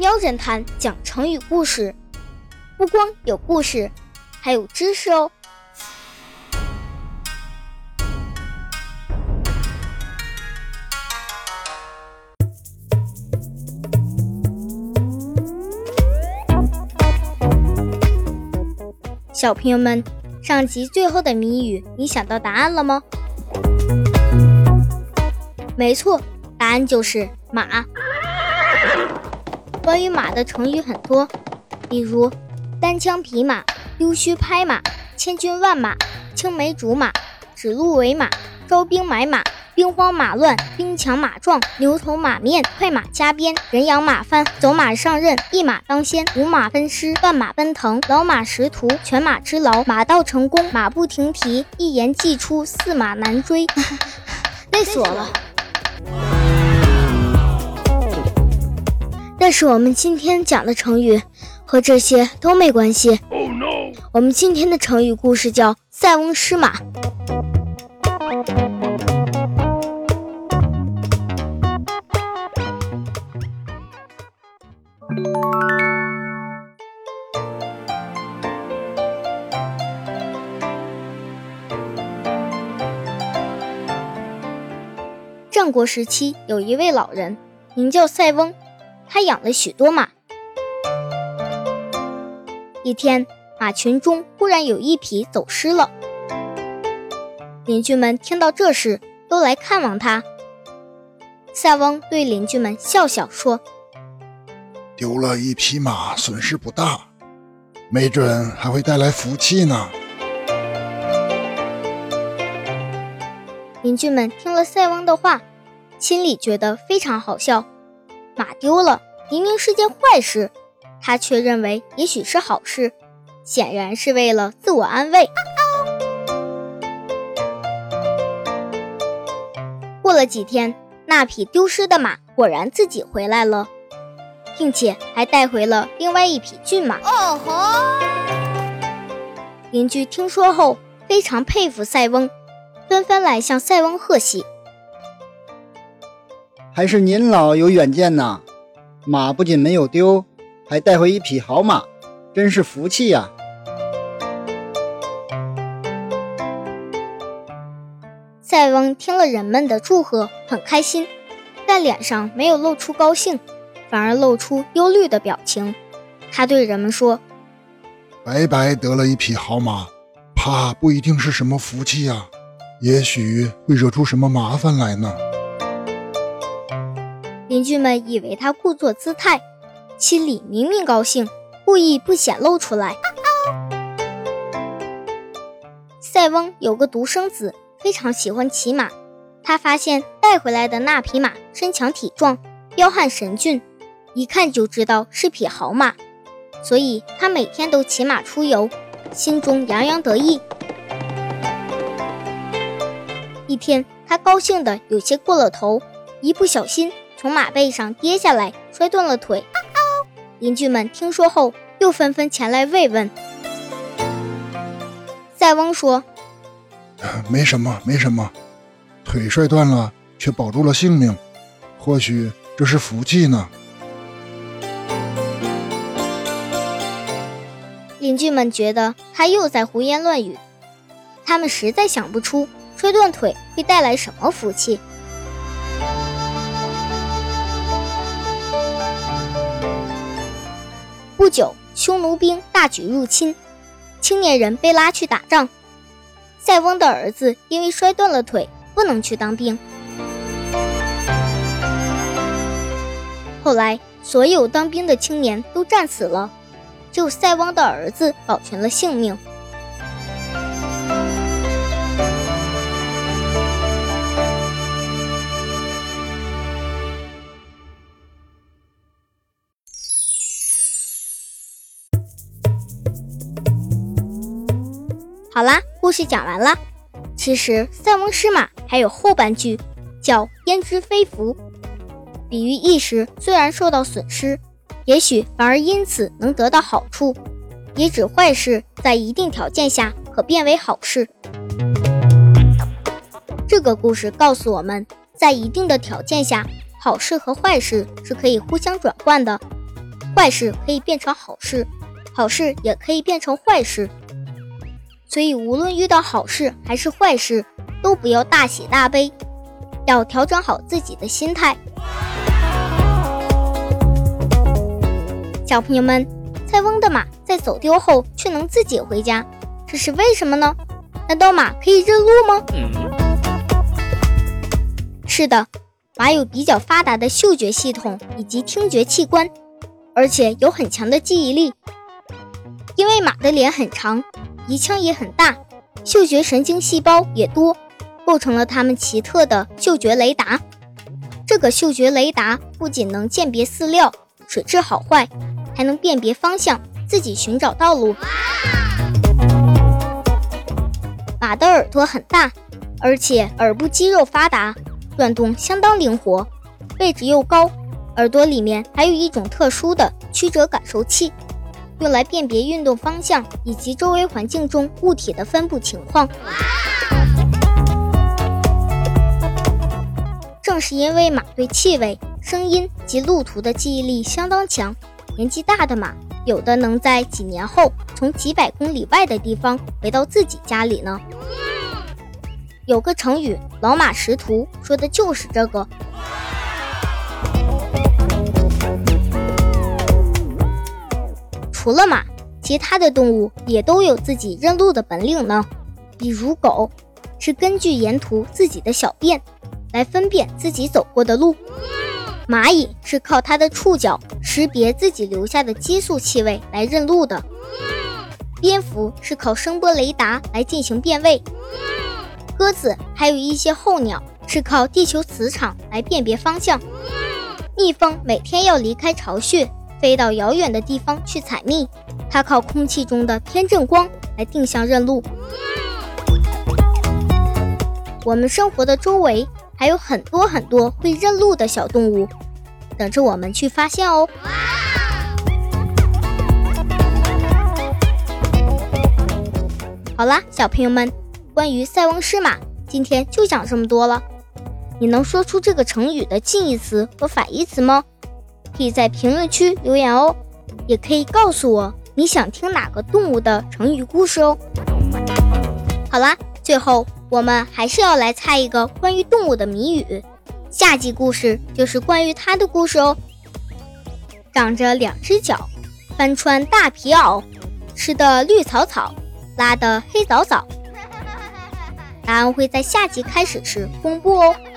喵侦探讲成语故事，不光有故事，还有知识哦。小朋友们，上集最后的谜语，你想到答案了吗？没错，答案就是马。关于马的成语很多，比如单枪匹马、溜须拍马、千军万马、青梅竹马、指鹿为马、招兵买马、兵荒马乱、兵强马壮、牛头马面、快马加鞭、人仰马翻、走马上任、一马当先、五马分尸、万马奔腾、老马识途、犬马之劳、马到成功、马不停蹄、一言既出、驷马难追累死我了。但是我们今天讲的成语和这些都没关系。Oh, no. 我们今天的成语故事叫塞翁失马。战国时期有一位老人名叫塞翁，他养了许多马。一天，马群中忽然有一匹走失了。邻居们听到这事，都来看望他。塞翁对邻居们笑笑说：“ 丢了一匹马，损失不大，没准还会带来福气呢。” 邻居们听了塞翁的话，心里觉得非常好笑。马丢了，明明是件坏事，他却认为也许是好事，显然是为了自我安慰。过了几天，那匹丢失的马果然自己回来了，并且还带回了另外一匹骏马。邻居听说后非常佩服塞翁，纷纷来向塞翁贺喜。 还是您老有远见呐！马不仅没有丢，还带回一匹好马，真是福气呀！ 塞翁听了人们的祝贺，很开心，但脸上没有露出高兴，反而露出忧虑的表情。他对人们说：“ 白白得了一匹好马，怕不一定是什么福气呀，也许会惹出什么麻烦来呢。” 邻居们以为他故作姿态，心里明明高兴，故意不显露出来。塞翁有个独生子，非常喜欢骑马。他发现带回来的那匹马身强体壮，彪悍神骏，一看就知道是匹好马，所以他每天都骑马出游，心中洋洋得意。一天，他高兴得有些过了头，一不小心从马背上跌下来，摔断了腿。邻居们听说后，又纷纷前来慰问。塞翁说：“ 没什么，没什么，腿摔断了，却保住了性命，或许这是福气呢。” 邻居们觉得他又在胡言乱语，他们实在想不出摔断腿会带来什么福气。不久，匈奴兵大举入侵，青年人被拉去打仗。塞翁的儿子因为摔断了腿，不能去当兵。后来，所有当兵的青年都战死了，只有塞翁的儿子保全了性命。好啦，故事讲完了。其实塞翁失马还有后半句，叫焉知非福，比喻一时虽然受到损失，也许反而因此能得到好处，也指坏事在一定条件下可变为好事。这个故事告诉我们，在一定的条件下，好事和坏事是可以互相转换的。 坏事可以变成好事，好事也可以变成坏事。所以无论遇到好事还是坏事，都不要大喜大悲，要调整好自己的心态。小朋友们，塞翁的马在走丢后却能自己回家，这是为什么呢？难道马可以认路吗？是的，马有比较发达的嗅觉系统以及听觉器官，而且有很强的记忆力。因为马的脸很长，鼻腔也很大，嗅觉神经细胞也多，构成了它们奇特的嗅觉雷达。这个嗅觉雷达不仅能鉴别饲料、水质好坏，还能辨别方向，自己寻找道路。马的耳朵很大，而且耳部肌肉发达，转动相当灵活，位置又高，耳朵里面还有一种特殊的曲折感受器，用来辨别运动方向以及周围环境中物体的分布情况。正是因为马对气味、声音及路途的记忆力相当强，年纪大的马有的能在几年后从几百公里外的地方回到自己家里呢。有个成语老马识途，说的就是这个。除了马，其他的动物也都有自己认路的本领呢。比如狗是根据沿途自己的小便来分辨自己走过的路，蚂蚁是靠它的触角识别自己留下的激素气味来认路的，蝙蝠是靠声波雷达来进行辨位，鸽子还有一些候鸟是靠地球磁场来辨别方向，蜜蜂每天要离开巢穴飞到遥远的地方去采蜜，它靠空气中的偏振光来定向认路。我们生活的周围还有很多很多会认路的小动物，等着我们去发现哦。好啦，小朋友们，关于塞翁失马，今天就讲这么多了。你能说出这个成语的近义词和反义词吗？可以在评论区留言哦，也可以告诉我你想听哪个动物的成语故事哦。好啦，最后我们还是要来猜一个关于动物的谜语，下集故事就是关于它的故事哦。长着2只脚，翻穿大皮袄，吃的绿草草，拉的黑枣枣。答案会在下集开始时公布哦。